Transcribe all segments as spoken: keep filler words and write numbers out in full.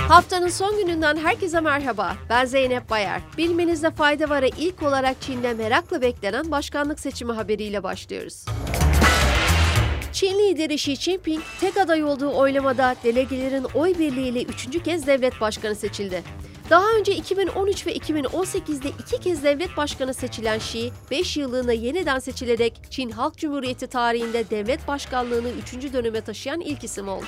Haftanın son gününden herkese merhaba. Ben Zeynep Bayar. Bilmenizde fayda var'a ilk olarak Çin'de merakla beklenen başkanlık seçimi haberiyle başlıyoruz. Çin lideri Xi Jinping, tek aday olduğu oylamada delegelerin oy birliğiyle üçüncü kez devlet başkanı seçildi. Daha önce iki bin on üç ve iki bin on sekiz'de iki kez devlet başkanı seçilen Xi, beş yıllığına yeniden seçilerek Çin Halk Cumhuriyeti tarihinde devlet başkanlığını üçüncü döneme taşıyan ilk isim oldu.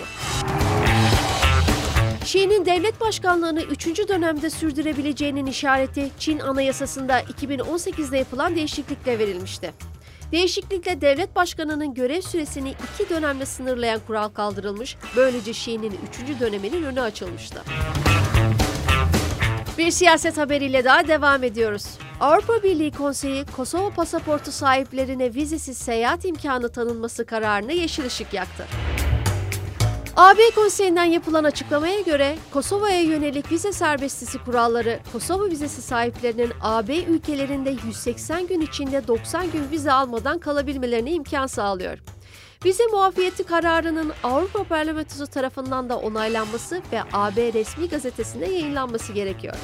Xi'nin devlet başkanlığını üçüncü dönemde sürdürebileceğinin işareti Çin Anayasası'nda iki bin on sekiz'de yapılan değişiklikle verilmişti. Değişiklikle devlet başkanının görev süresini iki dönemle sınırlayan kural kaldırılmış, böylece Xi'nin üçüncü döneminin önü açılmıştı. Bir siyaset haberiyle daha devam ediyoruz. Avrupa Birliği Konseyi, Kosova pasaportu sahiplerine vizesiz seyahat imkanı tanınması kararına yeşil ışık yaktı. A B Konseyi'nden yapılan açıklamaya göre Kosova'ya yönelik vize serbestisi kuralları, Kosova vizesi sahiplerinin A B ülkelerinde yüz seksen gün içinde doksan gün vize almadan kalabilmelerine imkan sağlıyor. Vize muafiyeti kararının Avrupa Parlamentosu tarafından da onaylanması ve A B resmi gazetesinde yayınlanması gerekiyor.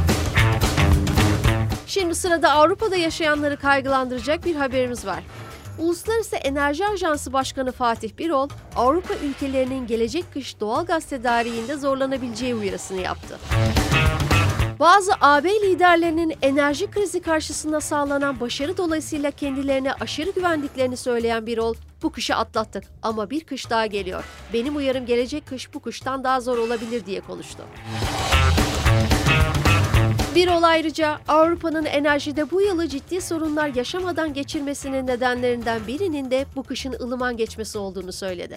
Şimdi sırada Avrupa'da yaşayanları kaygılandıracak bir haberimiz var. Uluslararası Enerji Ajansı Başkanı Fatih Birol, Avrupa ülkelerinin gelecek kış doğalgaz tedariğinde zorlanabileceği uyarısını yaptı. Bazı A B liderlerinin enerji krizi karşısında sağlanan başarı dolayısıyla kendilerine aşırı güvendiklerini söyleyen Birol, "Bu kışı atlattık ama bir kış daha geliyor. Benim uyarım gelecek kış bu kıştan daha zor olabilir," diye konuştu. Birol ayrıca Avrupa'nın enerjide bu yılı ciddi sorunlar yaşamadan geçirmesinin nedenlerinden birinin de bu kışın ılıman geçmesi olduğunu söyledi.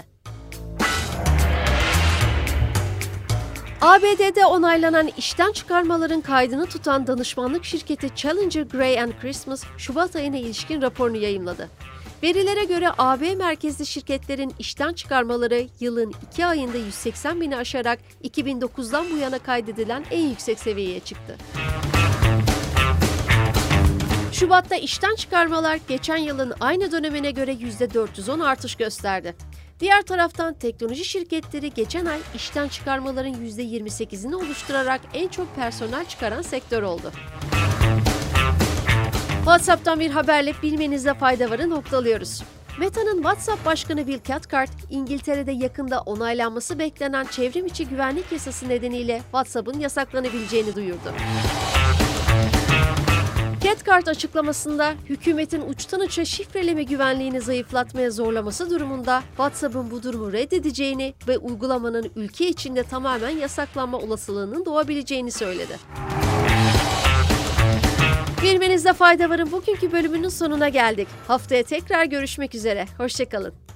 A B D'de onaylanan işten çıkarmaların kaydını tutan danışmanlık şirketi Challenger Gray and Christmas, Şubat ayına ilişkin raporunu yayımladı. Verilere göre A B merkezli şirketlerin işten çıkarmaları yılın iki ayında yüz seksen bini aşarak iki bin dokuz'dan bu yana kaydedilen en yüksek seviyeye çıktı. Şubat'ta işten çıkarmalar geçen yılın aynı dönemine göre yüzde dört yüz on artış gösterdi. Diğer taraftan teknoloji şirketleri geçen ay işten çıkarmaların yüzde yirmi sekiz'ini oluşturarak en çok personel çıkaran sektör oldu. WhatsApp'tan bir haberle bilmenizde fayda var'ı noktalıyoruz. Meta'nın WhatsApp Başkanı Bill Cathcart, İngiltere'de yakında onaylanması beklenen çevrim içi güvenlik yasası nedeniyle WhatsApp'ın yasaklanabileceğini duyurdu. Cathcart açıklamasında, hükümetin uçtan uça şifreleme güvenliğini zayıflatmaya zorlaması durumunda WhatsApp'ın bu durumu reddedeceğini ve uygulamanın ülke içinde tamamen yasaklanma olasılığının doğabileceğini söyledi. Bilmenizde fayda var'ın bugünkü bölümünün sonuna geldik. Haftaya tekrar görüşmek üzere. Hoşça kalın.